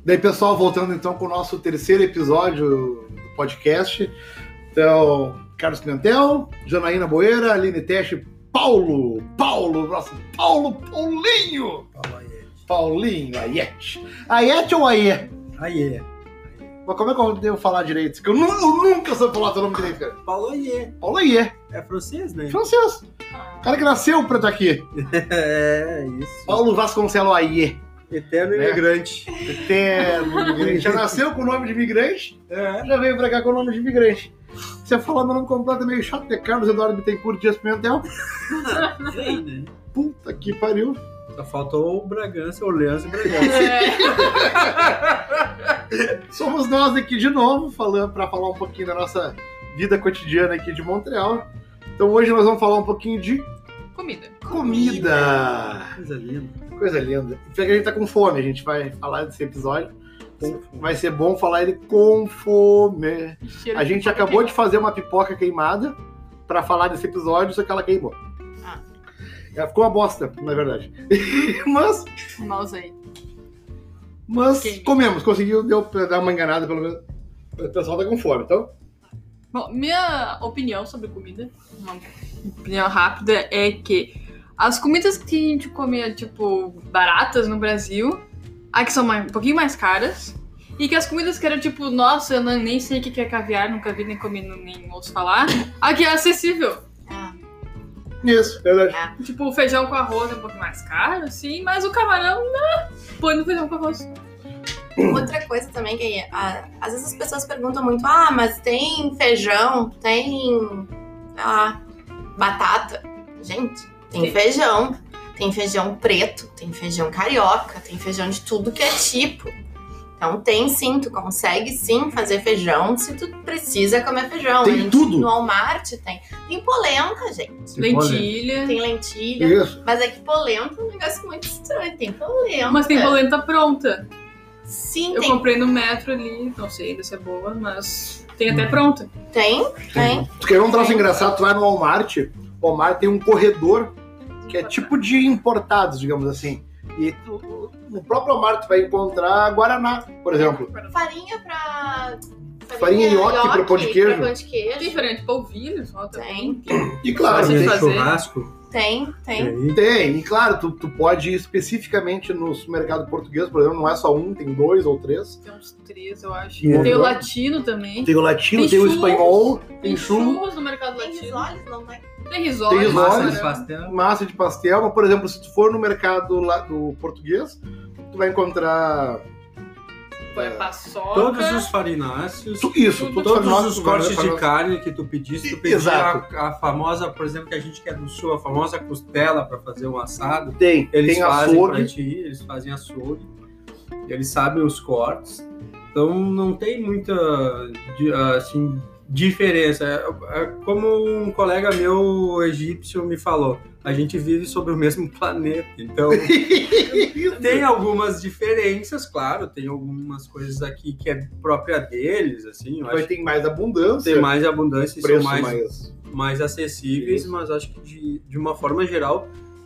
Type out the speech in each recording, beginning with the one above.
Daí, pessoal, voltando então com o nosso terceiro episódio do podcast. Então, Carlos Pimentel, Janaína Boeira, Aline Teste, Paulinho! Paulinho, Aiete. Aiete ou Aie? Aie. Mas como é que eu devo falar direito? Porque eu nunca sei falar teu nome direito, cara. Paulo Aie. Paulo Aie. É francês, né? Francês. O cara que nasceu pra estar aqui. É, isso. Paulo Vasconcelos Aie. Eterno imigrante. Eterno imigrante. Já nasceu com o nome de imigrante, já veio pra cá com o nome de imigrante. Você fala meu nome completo é meio chato, é Carlos Eduardo Bittencourt Dias Pimentel. Sim, né? Puta que pariu. Só faltou o Bragança, Orleans e Bragança. Somos nós aqui de novo, pra falar um pouquinho da nossa vida cotidiana aqui de Montreal. Então hoje nós vamos falar um pouquinho de comida. Coisa linda. Coisa linda. Já que a gente tá com fome, a gente vai falar desse episódio. Vai ser bom falar ele com fome. A gente acabou de fazer uma pipoca queimada pra falar desse episódio, só que ela queimou. Ela ficou uma bosta, na verdade. Mas comemos, conseguiu, deu pra dar uma enganada, pelo menos. O pessoal tá com fome, então. Bom, minha opinião sobre comida, uma opinião rápida, é que as comidas que a gente comia, tipo, baratas no Brasil, aqui são um pouquinho mais caras, e que as comidas que eram, tipo, nossa, eu nem sei o que é caviar, nunca vi, nem comi, nem ouço falar, aqui é acessível. Isso, verdade. Tipo, o feijão com arroz é um pouco mais caro, assim, mas o camarão, põe no feijão com arroz. Outra coisa também que às vezes as pessoas perguntam muito, mas tem feijão, tem batata. Gente, tem feijão preto, tem feijão carioca, tem feijão de tudo que é tipo. Então tem sim, tu consegue sim fazer feijão se tu precisa comer feijão. Tem tudo. No Walmart tem polenta, gente. Lentilha. Tem lentilha. Isso. Mas é que polenta é um negócio muito estranho, tem polenta. Mas tem polenta pronta. Sim, eu comprei no metro ali, não sei ainda se é boa, mas tem até pronta. Tem. Tu quer ver um troço engraçado? Tu vai no Walmart, o Walmart tem um corredor que é tipo de importados, digamos assim. E no próprio Walmart tu vai encontrar Guaraná, por exemplo. Farinha nhoque para pão de queijo. Tem diferente, polvilho, só também. E claro, tem fazer. Churrasco. Tem. E claro, tu pode ir especificamente no supermercado português, por exemplo, não é só um, tem 2 ou 3. Tem uns 3, eu acho. E tem o latino também. Tem o latino, tem o espanhol, tem churros no mercado Tem latino. risoles, não tem? Tem risoles. Massa de pastel. Massa de pastel, mas por exemplo, se tu for no mercado lá do português, tu vai encontrar paçoca. Todos os farináceos. Todos os cortes de carne que tu pedisse. Tu pedia Exato. a famosa, por exemplo, que a gente que é do sul, a famosa costela para fazer um assado. tem Eles fazem açougue. pra ti, eles fazem açougue. Eles sabem os cortes. Então não tem muita assim, diferença. É como um colega meu egípcio me falou, a gente vive sobre o mesmo planeta, então tem algumas diferenças, claro, tem algumas coisas aqui que é própria deles, assim, Tem mais abundância. Tem mais abundância e são preço mais acessíveis, mas acho que de uma forma geral,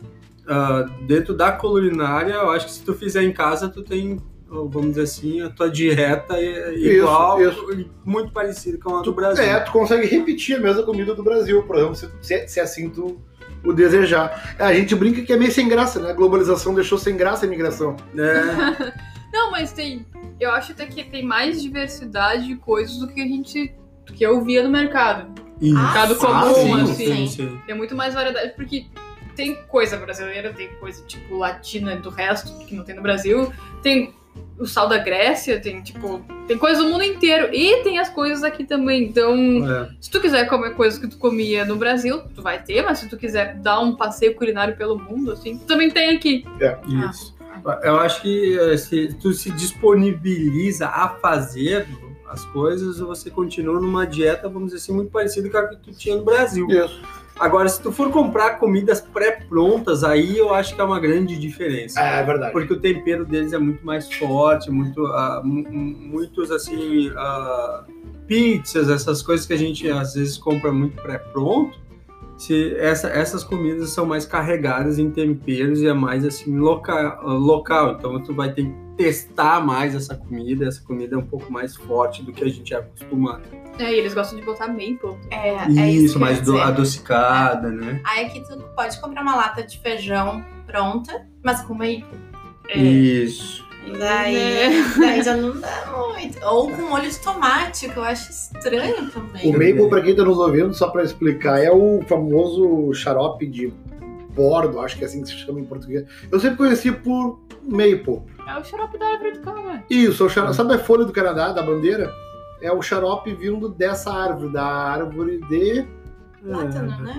dentro da culinária, eu acho que se tu fizer em casa, tu tem, vamos dizer assim, a tua dieta é igual, muito parecida com a do Brasil. Tu consegue repetir a mesma comida do Brasil, por exemplo, se assim tu o desejar. A gente brinca que é meio sem graça, né? A globalização deixou sem graça a imigração. Não, mas eu acho até que tem mais diversidade de coisas do que eu via no mercado. Mercado comum, assim. Sim. Tem muito mais variedade, porque tem coisa brasileira, tem coisa tipo latina do resto que não tem no Brasil, tem o sal da Grécia, tem coisa do mundo inteiro e tem as coisas aqui também. Então, se tu quiser comer coisas que tu comia no Brasil, tu vai ter, mas se tu quiser dar um passeio culinário pelo mundo, assim, tu também tem aqui. Isso. Eu acho que se tu se disponibiliza a fazer as coisas, você continua numa dieta, vamos dizer assim, muito parecida com a que tu tinha no Brasil. Isso. Agora, se tu for comprar comidas pré-prontas, aí eu acho que é uma grande diferença. É verdade. Porque o tempero deles é muito mais forte, muitos, assim, pizzas, essas coisas que a gente, às vezes, compra muito pré-pronto, essas comidas são mais carregadas em temperos e é mais, assim, local. Então, tu vai ter testar mais essa comida é um pouco mais forte do que a gente é acostumado. E eles gostam de botar maple. É Isso, que eu mais ia dizer. adocicada, né? Aí aqui tu pode comprar uma lata de feijão pronta, mas com maple. Isso. Daí já não dá muito. Ou com molho de tomate, que eu acho estranho também. O maple, pra quem tá nos ouvindo, só pra explicar, é o famoso xarope de bordo, acho que é assim que se chama em português. Eu sempre conheci por maple. É o xarope da árvore do Canadá. Isso, sabe a folha do Canadá, da bandeira? É o xarope vindo dessa árvore, da árvore de... Plátano, né?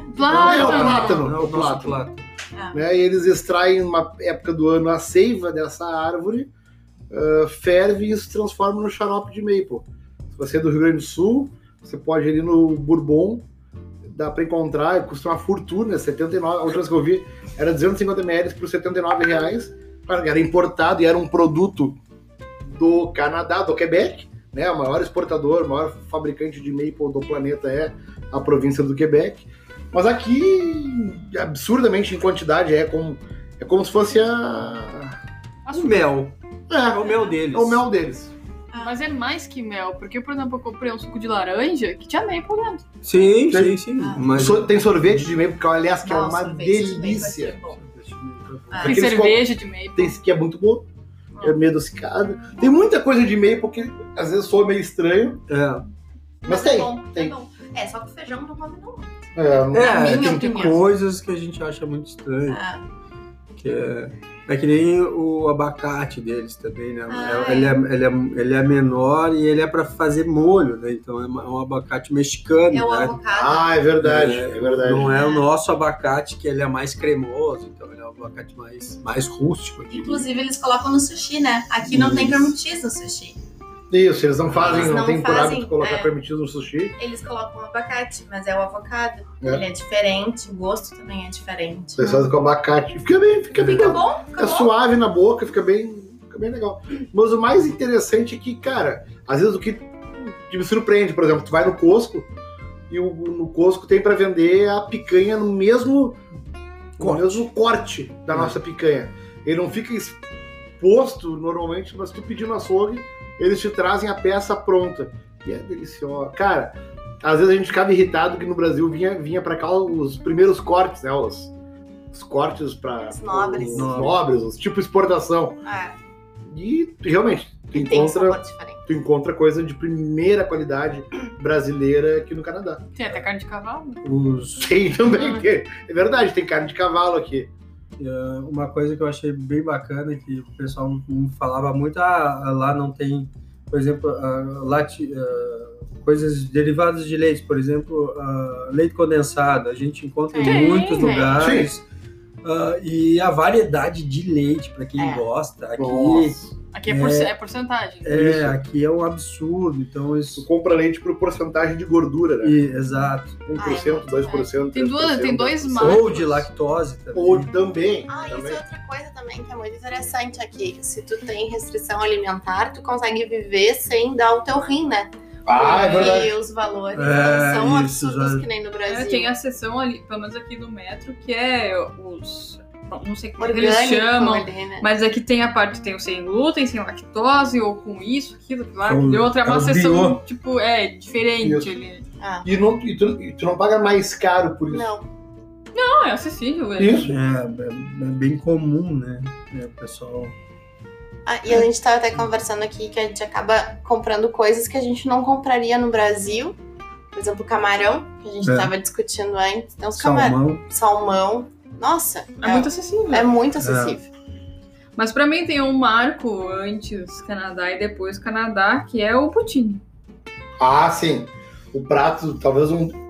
É o o plátano. Né? E eles extraem, numa época do ano, a seiva dessa árvore, ferve e se transforma no xarope de maple. Se você é do Rio Grande do Sul, você pode ir ali no Bourbon, dá pra encontrar, custa uma fortuna, 79, a última vez que eu vi era 250 ml por R$79. Era importado e era um produto do Canadá, do Quebec, né? O maior exportador, o maior fabricante de maple do planeta é a província do Quebec. Mas aqui, absurdamente em quantidade, é como se fosse O mel. É o mel deles. É o mel deles. Mas é mais que mel, porque, por exemplo, eu comprei um suco de laranja que tinha maple dentro. Sim. Mas... Tem sorvete de maple, que aliás que é uma sorvete de delícia. maple aqui é bom. Tem cerveja de maple. Tem que é muito boa. É meio adocicada. Tem muita coisa de maple que às vezes soa meio estranho. Mas tem. É bom, tem. é bom. É, só que o feijão não come não. tem opinião. coisas que a gente acha muito estranho. Que é que nem o abacate deles também, né? Ele é menor e ele é para fazer molho, né? Então é um abacate mexicano, É o né? avocado. É verdade. Não é o nosso abacate, que ele é mais cremoso, então ele é um abacate mais rústico. Inclusive eles colocam no sushi, né? Aqui não tem cream cheese no sushi. Isso, eles não fazem, Eles não tem por fazem, hábito colocar permitido no sushi. Eles colocam o abacate, mas é o avocado. Ele é diferente, o gosto também é diferente. Eles fazem com abacate. Fica bom. Fica suave na boca, fica bem legal. Mas o mais interessante é que, cara, às vezes o que me surpreende, por exemplo, tu vai no Costco e no Costco tem pra vender a picanha no mesmo corte da nossa picanha. Ele não fica exposto normalmente, mas tu pedir no açougue, eles te trazem a peça pronta. E é deliciosa. Cara, às vezes a gente ficava irritado que no Brasil vinha pra cá os primeiros cortes, né? Os cortes para os nobres, os tipo exportação. E realmente, tu encontra coisa de primeira qualidade brasileira aqui no Canadá. Tem até carne de cavalo. Tem também. É verdade, tem carne de cavalo aqui. Uma coisa que eu achei bem bacana, que o pessoal falava muito, lá não tem, por exemplo, coisas derivadas de leite, por exemplo, leite condensado, a gente encontra em muitos lugares. E a variedade de leite, para quem gosta, aqui é porcentagem. Aqui é um absurdo. Então isso... Tu compra leite por porcentagem de gordura, né? Exato. 1%, 2%, 3%. Tem dois marcos. Ou de lactose também. Isso é outra coisa também que é muito interessante aqui. Se tu tem restrição alimentar, tu consegue viver sem dar o teu rim, né? É verdade. E os valores não são absurdos já... que nem no Brasil. Tem a seção ali, pelo menos aqui no metro, que é os... Não sei como orgânico, eles chamam, ali, né? mas aqui tem a parte, tem o sem glúten, sem lactose, ou com isso, aquilo, lá. E outra é uma seção, tipo, diferente ali. E tu não paga mais caro por isso. Não, é acessível. Isso. É bem comum, né? O pessoal... E a gente tava até conversando aqui que a gente acaba comprando coisas que a gente não compraria no Brasil. Por exemplo, camarão, que a gente tava discutindo antes. Tem uns salmão. Nossa. É muito acessível. É muito acessível. Mas pra mim tem um marco antes Canadá e depois Canadá, que é o poutine. Sim. O prato, talvez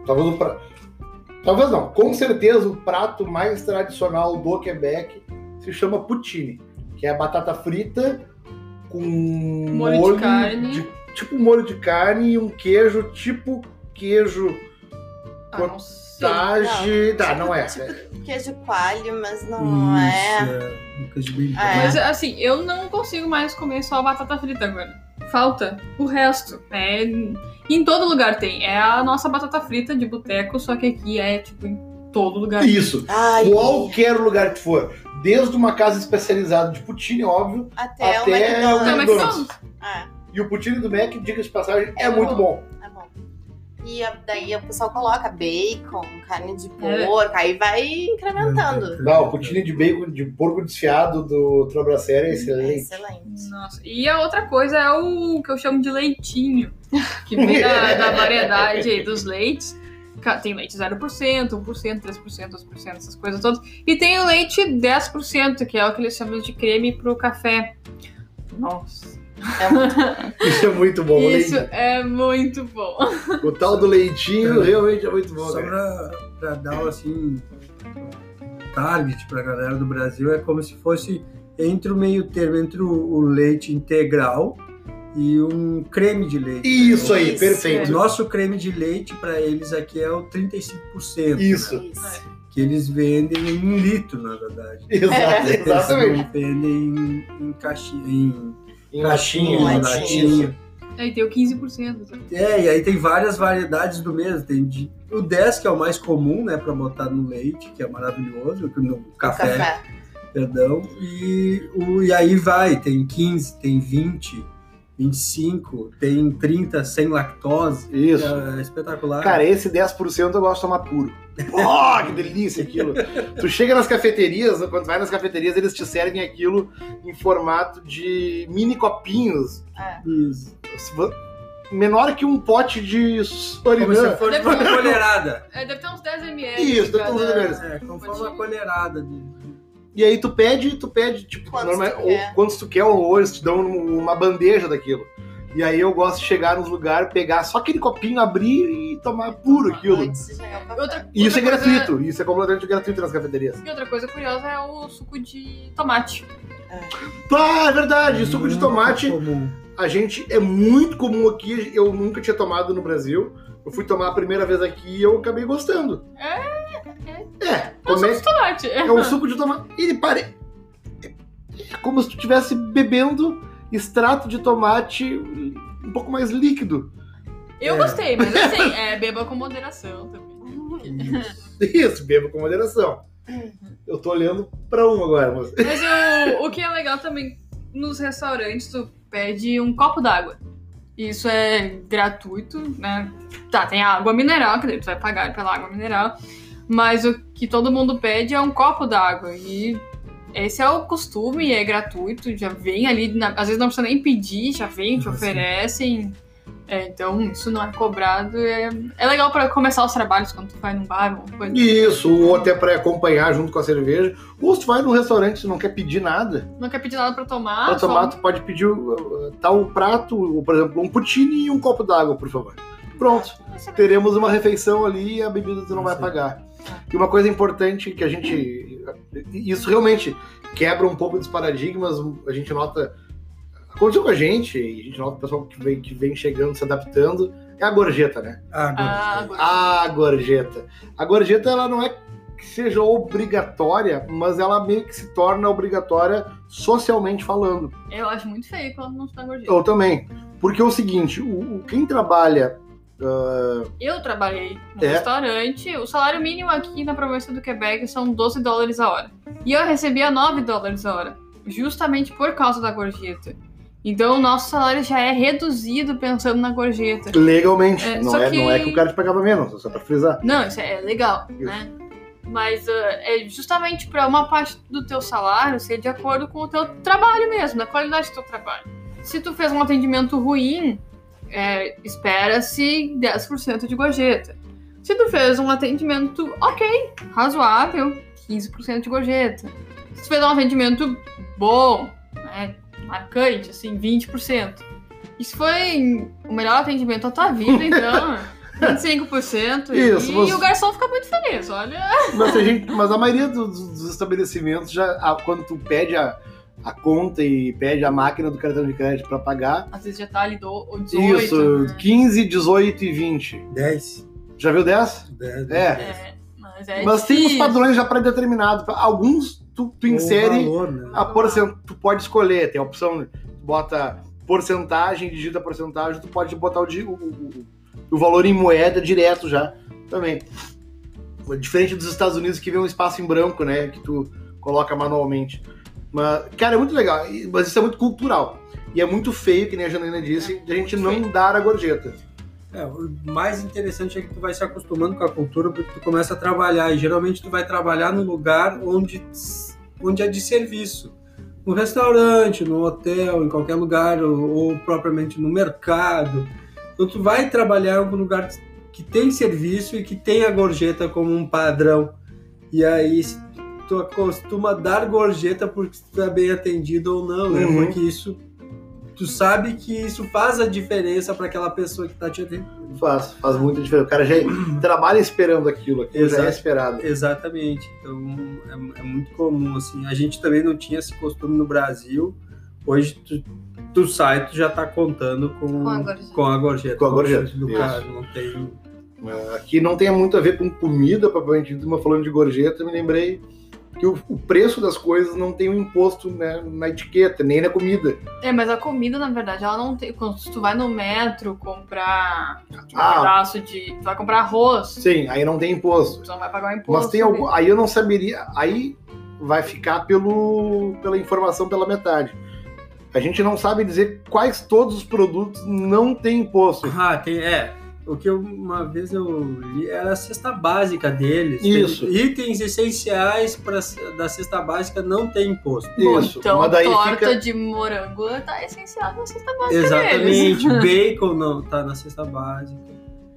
não. Com certeza o prato mais tradicional do Quebec se chama poutine. Que é a batata frita com molho de carne. Tipo molho de carne e um queijo, tipo queijo cottage. Não é. Queijo coalho, mas não é. Mas assim, eu não consigo mais comer só batata frita agora. Falta o resto. Em todo lugar tem. É a nossa batata frita de boteco, só que aqui é tipo em todo lugar. Isso. Ai, Qualquer lugar que for. Desde uma casa especializada de poutine, óbvio, até o até McDonald's. Então, McDonald's. É, E o poutine do Mac, diga de passagem, é muito bom. é bom. E daí o pessoal coloca bacon, carne de porco, aí vai incrementando. Não, o poutine de bacon de porco desfiado do Trobracera é É excelente. excelente. Nossa. E a outra coisa é o que eu chamo de leitinho, que vem da variedade aí dos leites. Tem leite 0%, 1%, 3%, 2%, essas coisas todas. E tem o leite 10%, que é o que eles chamam de creme pro café. Nossa. Isso é muito bom. Isso leite. é muito bom. O tal do leitinho realmente é muito bom. Só Cara. pra dar assim, target pra galera do Brasil, é como se fosse entre o meio termo, entre o leite integral e um creme de leite. Isso aí, Isso. O perfeito. nosso creme de leite para eles aqui é o 35%. Isso. Isso. Que eles vendem em 1 litro, na verdade. Exatamente. Eles não vendem em caixinha, Em latinha. em latinha. latinha. Aí tem o 15%. Tá? E aí tem várias variedades do mesmo. Tem o 10, que é o mais comum, né, para botar no leite, que é maravilhoso, no café, perdão. E aí vai, tem 15, tem 20, 25, tem 30 sem lactose. Isso. É espetacular. Cara, esse 10% eu gosto de tomar puro. Oh, que delícia aquilo. Tu chega nas cafeterias, quando vai nas cafeterias, eles te servem aquilo em formato de mini copinhos. Isso. Menor que um pote de Como se Sorinã. fosse uma colherada. Deve ter uns 10 ml. Isso, deve ter uns 10 ml. É, como se fosse uma colherada. E aí tu pede, tipo, Quantos tu ou quer. quantos tu quer, ou eles te dão uma bandeja daquilo. E aí eu gosto de chegar nos lugares, pegar só aquele copinho, abrir e tomar puro aquilo. Antes de chegar o café. Outra E isso é coisa- gratuito, isso é completamente gratuito nas cafeterias. E outra coisa curiosa é o suco de tomate. Ah, é verdade, suco de tomate, Comum. a gente, é muito comum aqui, eu nunca tinha tomado no Brasil. Eu fui tomar a primeira vez aqui e eu acabei gostando. É um como suco de tomate. é um suco de tomate. É como se tu estivesse bebendo extrato de tomate um pouco mais líquido. Eu É. gostei, mas assim, beba com moderação também. Isso, beba com moderação. Eu tô olhando pra um agora, mas... Mas o que é legal também, nos restaurantes, tu pede um copo d'água. Isso é gratuito, né? Tá, tem água mineral, que daí tu vai pagar pela água mineral. Mas o que todo mundo pede é um copo d'água. E esse é o costume, é gratuito, já vem ali, às vezes não precisa nem pedir, já vem, te oferecem. Então, isso não é cobrado. É legal pra começar os trabalhos quando tu vai num bar. Uma coisa. Isso, ou até pra acompanhar junto com a cerveja. Ou se tu vai num restaurante e não quer pedir nada, Não quer pedir nada pra tomar. pra tomar, tu pode pedir tal prato, ou, por exemplo, um poutine e um copo d'água, por favor. Pronto. Teremos uma refeição ali e a bebida tu não vai pagar. E uma coisa importante que a gente... Isso realmente quebra um pouco dos paradigmas, a gente nota... Aconteceu com a gente, e a gente nota o pessoal que vem chegando, se adaptando, é a gorjeta, né? Agora. A gorjeta. A gorjeta, ela não é que seja obrigatória, mas ela meio que se torna obrigatória socialmente falando. Eu acho muito feio quando não se dá gorjeta. Eu também. Porque é o seguinte, quem trabalha... Eu trabalhei no restaurante, o salário mínimo aqui na província do Quebec são $12 a hora. E eu recebia $9 a hora, justamente por causa da gorjeta. Então o nosso salário já é reduzido pensando na gorjeta. Legalmente. Não é que o cara te pagava menos, só pra frisar. Não, isso é legal, né? Mas é justamente para uma parte do teu salário ser de acordo com o teu trabalho mesmo, da qualidade do teu trabalho. Se tu fez um atendimento ruim, espera-se 10% de gorjeta. Se tu fez um atendimento ok, razoável, 15% de gorjeta. Se tu fez um atendimento bom, né, marcante, assim, 20%. Isso foi o melhor atendimento da tua vida, então... 25%. Isso, e o garçom fica muito feliz, olha. Mas a maioria dos estabelecimentos, quando tu pede a conta e pede a máquina do cartão de crédito pra pagar... Às vezes já tá ali o 18. Isso, né? 15, 18 e 20. 10. Já viu 10? 10. Mas tem uns padrões já pré-determinados. Alguns tu insere valor, né? a porcentagem. Tu pode escolher, tem a opção, tu bota porcentagem, digita a porcentagem, tu pode botar o valor em moeda direto já também. Diferente dos Estados Unidos, que vem um espaço em branco, né? Que tu coloca manualmente. Mas, cara, é muito legal. Mas isso é muito cultural. E é muito feio, que nem a Janaína disse, de a gente não dar a gorjeta. O mais interessante é que tu vai se acostumando com a cultura, porque tu começa a trabalhar. E geralmente tu vai trabalhar no lugar onde é de serviço. No restaurante, no hotel, em qualquer lugar, ou propriamente no mercado. Então tu vai trabalhar em algum lugar que tem serviço e que tem a gorjeta como um padrão. E aí tu acostuma dar gorjeta porque tu é bem atendido ou não, né? Porque isso, tu sabe que isso faz a diferença para aquela pessoa que tá te atendendo. Faz muita diferença. O cara já trabalha esperando aquilo já é esperado. Exatamente. Então é muito comum, assim. A gente também não tinha esse costume no Brasil. Hoje tu sai, tu já tá contando com a gorjeta. Com a gorjeta do cara, não tem... Aqui não tem muito a ver com comida, propriamente, mas falando de gorjeta, me lembrei que o preço das coisas não tem um imposto, né, na etiqueta, nem na comida. Mas a comida, na verdade, ela não tem... Quando tu vai no metro comprar pedaço de... Tu vai comprar arroz. Sim, aí não tem imposto. Tu não vai pagar o imposto. Mas tem algum... Aí eu não saberia... Aí vai ficar pela informação pela metade. A gente não sabe dizer quais todos os produtos não tem imposto. Tem... O que uma vez eu li era a cesta básica deles. Isso. Itens essenciais da cesta básica não tem imposto. Isso. Então, mas daí torta de morango tá essencial na cesta básica Exatamente. deles. Bacon não tá na cesta básica.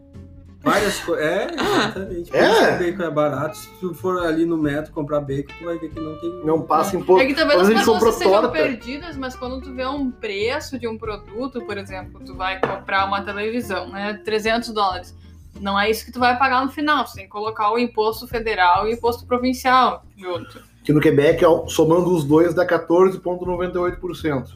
Várias coisas. Exatamente. O bacon é barato. Se tu for ali no metro comprar bacon, tu vai ver que não tem... Não passa imposto. É que talvez Mas as ele pessoas comprou sejam torta. perdidas, mas quando tu vê um preço de um produto, por exemplo, tu vai comprar uma televisão, né? $300. Não é isso que tu vai pagar no final. Tu tem que colocar o imposto federal e o imposto provincial junto. Que no Quebec, somando os dois, dá 14,98%.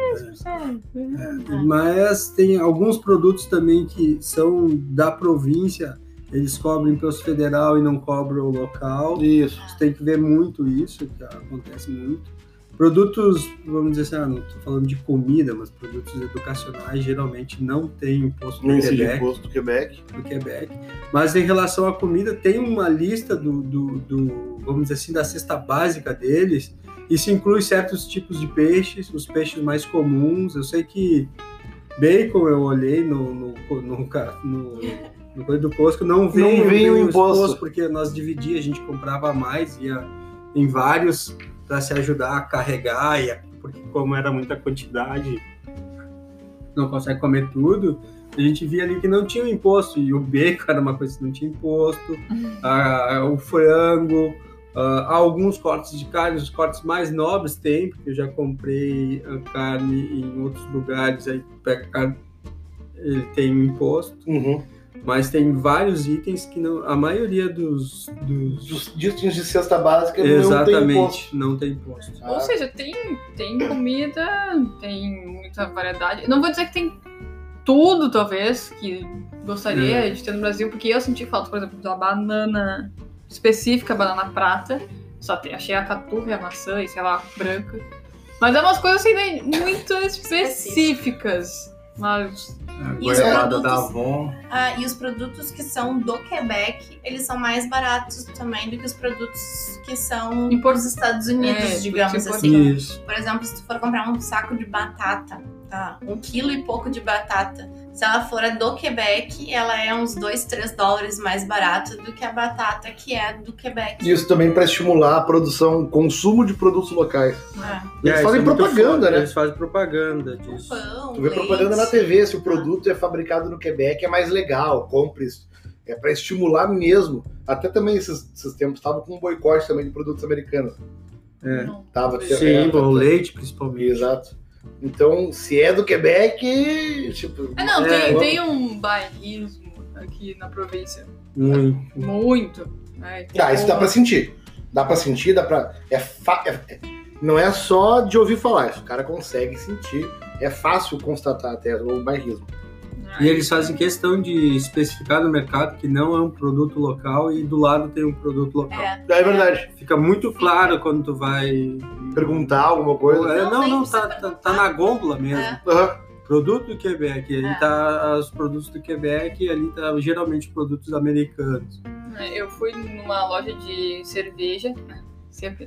Mas tem alguns produtos também que são da província, eles cobram imposto federal e não cobram o local. Isso. Você tem que ver muito isso, que acontece muito. Produtos, vamos dizer assim, não estou falando de comida, mas produtos educacionais geralmente não tem imposto do Quebec. Imposto do Quebec. Mas em relação à comida, tem uma lista vamos dizer assim, da cesta básica deles. Isso inclui certos tipos de peixes, os peixes mais comuns. Eu sei que bacon, eu olhei no coisa do Costco, não veio o imposto, porque nós dividíamos, a gente comprava mais, ia em vários para se ajudar a carregar, porque como era muita quantidade, não consegue comer tudo, a gente via ali que não tinha imposto, e o bacon era uma coisa que não tinha imposto, o frango, alguns cortes de carne, os cortes mais nobres tem, porque eu já comprei carne em outros lugares, aí pega carne, ele tem um imposto. Mas tem vários itens que não, a maioria dos itens de cesta básica não tem imposto. Ou seja, tem comida, tem muita variedade. Não vou dizer que tem tudo, talvez, que gostaria de ter no Brasil, porque eu senti falta, por exemplo, da banana específica, banana prata. Achei a caturra e a maçã e, sei lá, branca. Mas é umas coisas assim, muito específicas. Mas... E os produtos que são do Quebec, eles são mais baratos também do que os produtos que são dos Estados Unidos, digamos assim. Isso. Por exemplo, se tu for comprar um saco de batata, tá? 1 quilo e pouco de batata, se ela for a do Quebec, ela é uns $2-3 mais barata do que a batata que é do Quebec. Isso também para estimular a produção, consumo de produtos locais. Eles fazem propaganda, né? Eles fazem propaganda disso. Pão, tu vê propaganda na TV, se o produto é fabricado no Quebec, é mais legal, compre isso. É para estimular mesmo. Até também esses tempos estava com um boicote também de produtos americanos. Sim, o leite principalmente. Exato. Então, se é do Quebec, tipo... tem um bairrismo aqui na província. Muito. Isso dá pra sentir. Não é só de ouvir falar, isso o cara consegue sentir. É fácil constatar até o bairrismo. E eles fazem questão de especificar no mercado que não é um produto local e do lado tem um produto local. É verdade. Fica muito claro quando tu vai perguntar alguma coisa. Tá na gôndola mesmo. Produto do Quebec. Ali tá os produtos do Quebec e ali tá geralmente produtos americanos. Eu fui numa loja de cerveja, sempre.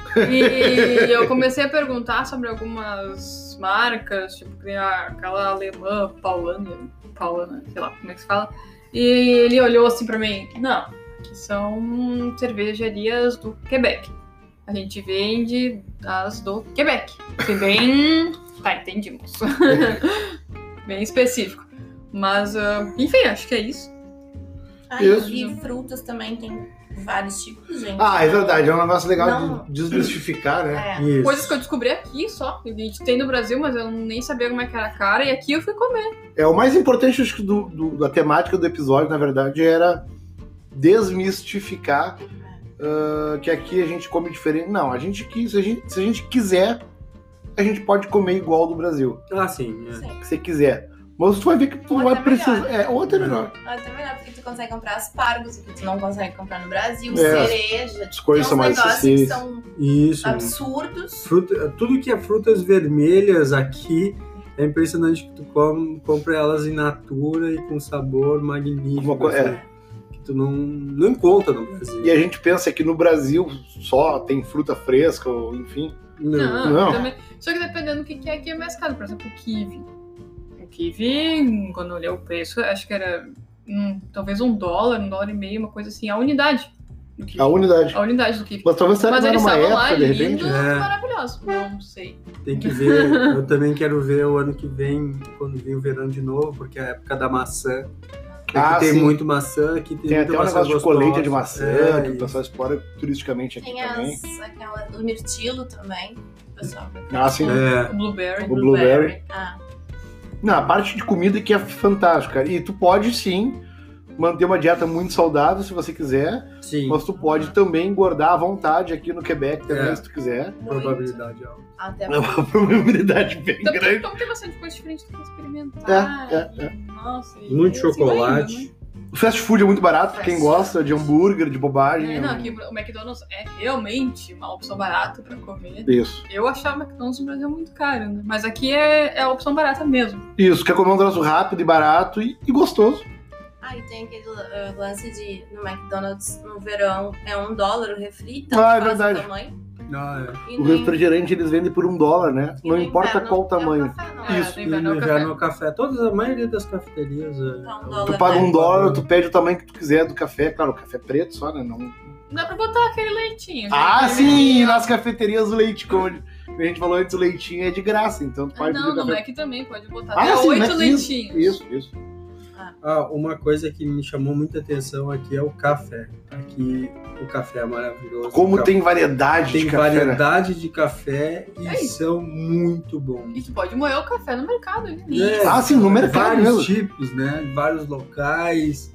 E eu comecei a perguntar sobre algumas marcas, tipo, tem aquela alemã, Paulana, sei lá como é que se fala. E ele olhou assim pra mim, não, que são cervejarias do Quebec. A gente vende as do Quebec. Assim, bem... Tá, entendimos. Bem específico. Mas, enfim, acho que é isso. E frutas também tem vários tipos, gente. É verdade. É um negócio legal de desmistificar, né? Isso. Coisas que eu descobri aqui só. A gente tem no Brasil, mas eu nem sabia como é que era a cara. E aqui eu fui comer. O mais importante, acho que da temática do episódio, na verdade, era desmistificar que aqui a gente come diferente. Não, se a gente quiser, a gente pode comer igual do Brasil. Sim. Sim. Se você quiser. Mas tu vai ver que tu não vai precisar. Ou até melhor. Até melhor, porque tu consegue comprar aspargos, que tu não consegue comprar no Brasil, É. cereja. As coisas são mais negócios que acessíveis. são Isso. absurdos. Tudo que é frutas vermelhas aqui é impressionante que tu compra elas in natura e com sabor magnífico. Que tu não encontra no Brasil. E a gente pensa que no Brasil só tem fruta fresca, ou enfim. Não. Também. Só que dependendo do que é, aqui é mais caro. Por exemplo, o kiwi. O kiwi, quando eu olhei o preço, acho que era talvez $1, $1,50, uma coisa assim. A unidade do kiwi. A unidade do kiwi. Mas talvez seja Mas eles numa estavam lá, época, de repente. lindos, maravilhosos. Não sei. Tem que ver. Eu também quero ver o ano que vem, quando vir o verão de novo, porque é a época da maçã. Aqui tem sim. muito maçã, aqui tem Tem muita até um maçã negócio de gostosa. colheita de maçã, que o isso. pessoal explora turisticamente aqui Tem também. o mirtilo também, pessoal. Sim. O blueberry. O blueberry. Ah, Não, a parte de comida que é fantástica, cara. E tu pode sim manter uma dieta muito saudável se você quiser, Sim, mas tu pode também engordar à vontade aqui no Quebec também, se tu quiser. probabilidade alta. até É uma probabilidade bem grande. Então tem bastante coisa diferente que experimentar. Nossa, Muito e chocolate. assim vai indo, né? O fast food é muito barato pra quem gosta de hambúrguer, de bobagem. Não, aqui o McDonald's é realmente uma opção barata pra comer. Isso. Eu achava o McDonald's no Brasil muito caro, né? Mas aqui é a opção barata mesmo. Isso, quer comer um troço rápido e barato e gostoso. E tem aquele lance de no McDonald's no verão é $1 o refri, então É faz verdade. o tamanho. É. E O refrigerante eles vendem por $1, né? e Não no importa inverno qual é o tamanho. café, não. Isso. no E inverno é no o inverno café. o café. A maioria das cafeterias. Então, $1, Tu paga né? $1, tu pede o tamanho que tu quiser do café. Claro, o café preto só, né? Não... Dá pra botar aquele leitinho. Sim! Nas cafeterias o leite, como a gente falou antes, o leitinho é de graça. Então tu pode pedir Não, o no café. Mac também pode botar até sim, 8 Mac, leitinhos. Isso. Uma coisa que me chamou muita atenção aqui é o café. Aqui o café é maravilhoso. Como tem variedade Tem de café, né? variedade de café e É são muito bons. E tu pode moer o café no mercado. Né? Sim, no mercado vários mesmo. tipos, né? Vários locais.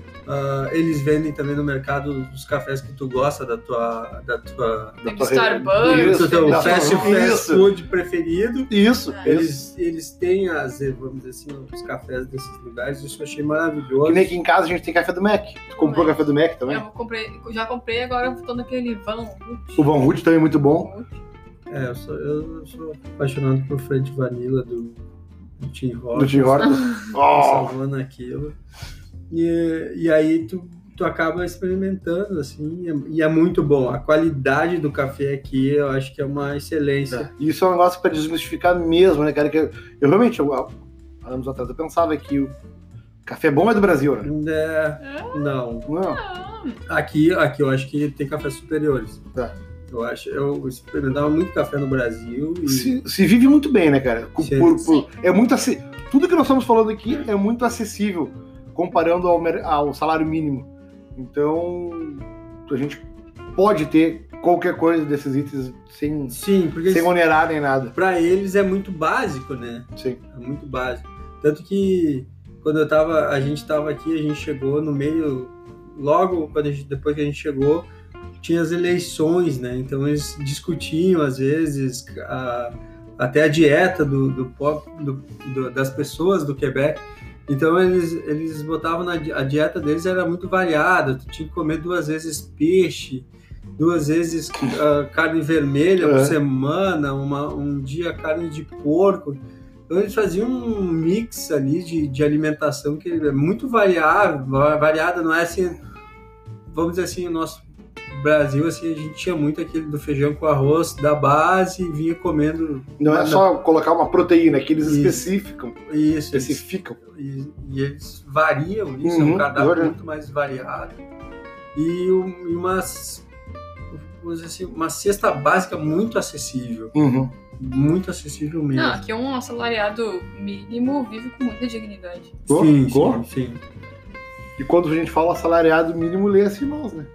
Eles vendem também no mercado os cafés que tu gosta da tua Tem tua Starbucks. Isso, do teu da- fast isso. food preferido. Isso. Eles têm vamos dizer assim, os cafés desses lugares. Isso eu achei maravilhoso. Que nem aqui em casa a gente tem café do Mac. Tu comprou café do Mac também? Já comprei, agora eu tô naquele vão. O Van Hood também é muito bom. Eu sou apaixonado por French Vanilla do Tim Hortons. Do Tim Hortons. Oh, Salvando aquilo. E aí tu acaba experimentando, assim, e é muito bom. A qualidade do café aqui, eu acho que é uma excelência. isso é um negócio pra desmistificar mesmo, né, cara? Que eu realmente, há anos atrás, eu pensava que o café bom é do Brasil, né? Não. Não. Aqui eu acho que tem cafés superiores. Tá. Eu experimentava muito café no Brasil e Se vive muito bem, né, cara? Sim. É muito tudo que nós estamos falando aqui é muito acessível comparando ao salário mínimo. Então, a gente pode ter qualquer coisa desses itens sim, porque sem onerar nem nada. pra eles é muito básico, né? Sim. É muito básico. Tanto que quando a gente tava aqui, a gente chegou no meio, logo depois que a gente chegou, tinha as eleições, né? Então eles discutiam às vezes até a dieta das pessoas do Quebec. Então eles botavam a dieta deles era muito variada. Tu tinha que comer 2 vezes peixe, 2 vezes carne vermelha por semana, um dia carne de porco. Então eles faziam um mix ali de alimentação que é muito variada, não é assim vamos dizer assim, o nosso Brasil, assim, a gente tinha muito aquele do feijão com arroz da base e vinha comendo. Não é só colocar uma proteína, que eles Isso. especificam. Isso. Especificam. E eles variam isso, é um cardápio muito mais variado. E vamos dizer assim, uma cesta básica muito acessível. Muito acessível mesmo. Não, aqui um assalariado mínimo vive com muita dignidade. Sim. E quando a gente fala assalariado mínimo, lê assim nós, né?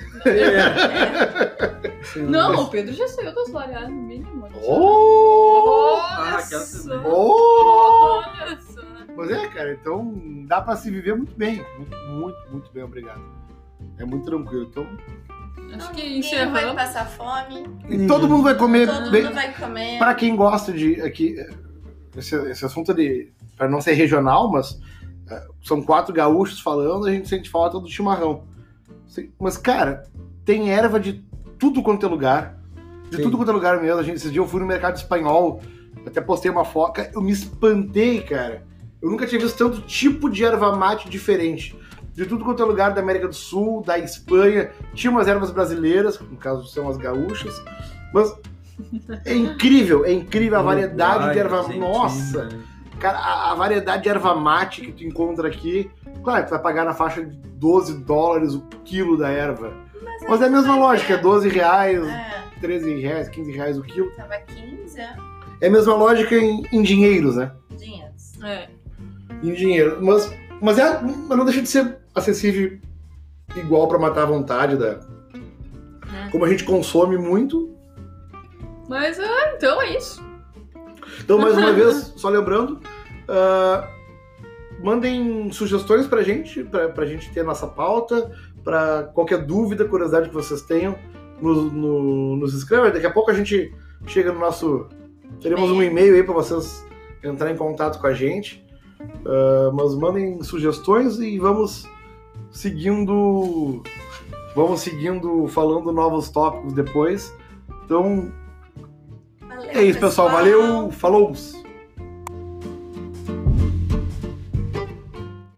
Não, o Pedro já saiu do assalariado mínimo. Olha só. Olha só! Mas cara, então dá pra se viver muito bem. Muito bem, obrigado. É muito tranquilo. Então, acho que ninguém encerramos. vai passar fome. E todo mundo vai comer bem. Mundo vai comer. Pra quem gosta de... Aqui, esse assunto pra não ser regional, mas são 4 gaúchos falando, a gente sente falta do chimarrão. Mas, cara, tem erva de tudo quanto é lugar. Tudo quanto é lugar mesmo. Esses dias eu fui no mercado espanhol, até postei uma foto. Eu me espantei, cara. Eu nunca tinha visto tanto tipo de erva mate diferente. De tudo quanto é lugar da América do Sul, da Espanha. Tinha umas ervas brasileiras, no caso são as gaúchas. Mas é incrível a variedade de erva. Nossa! Cara, a variedade de erva mate que tu encontra aqui, claro, tu vai pagar na faixa de $12 o quilo da erva. Mas é a mesma lógica, R$12, R$13, R$15 o quilo. Tava 15, É a mesma lógica em dinheiros, né? Dinheiros. Em dinheiro. Mas não deixa de ser acessível igual pra matar a vontade como a gente consome muito. Mas, então é isso. Então, mais uma vez, só lembrando, mandem sugestões pra gente ter nossa pauta, pra qualquer dúvida, curiosidade que vocês tenham, nos escreva. Daqui a pouco a gente chega no nosso... Teremos um e-mail aí pra vocês entrarem em contato com a gente. Mas mandem sugestões e vamos seguindo falando novos tópicos depois. Então, Valeu, é isso, pessoal. Valeu, falou!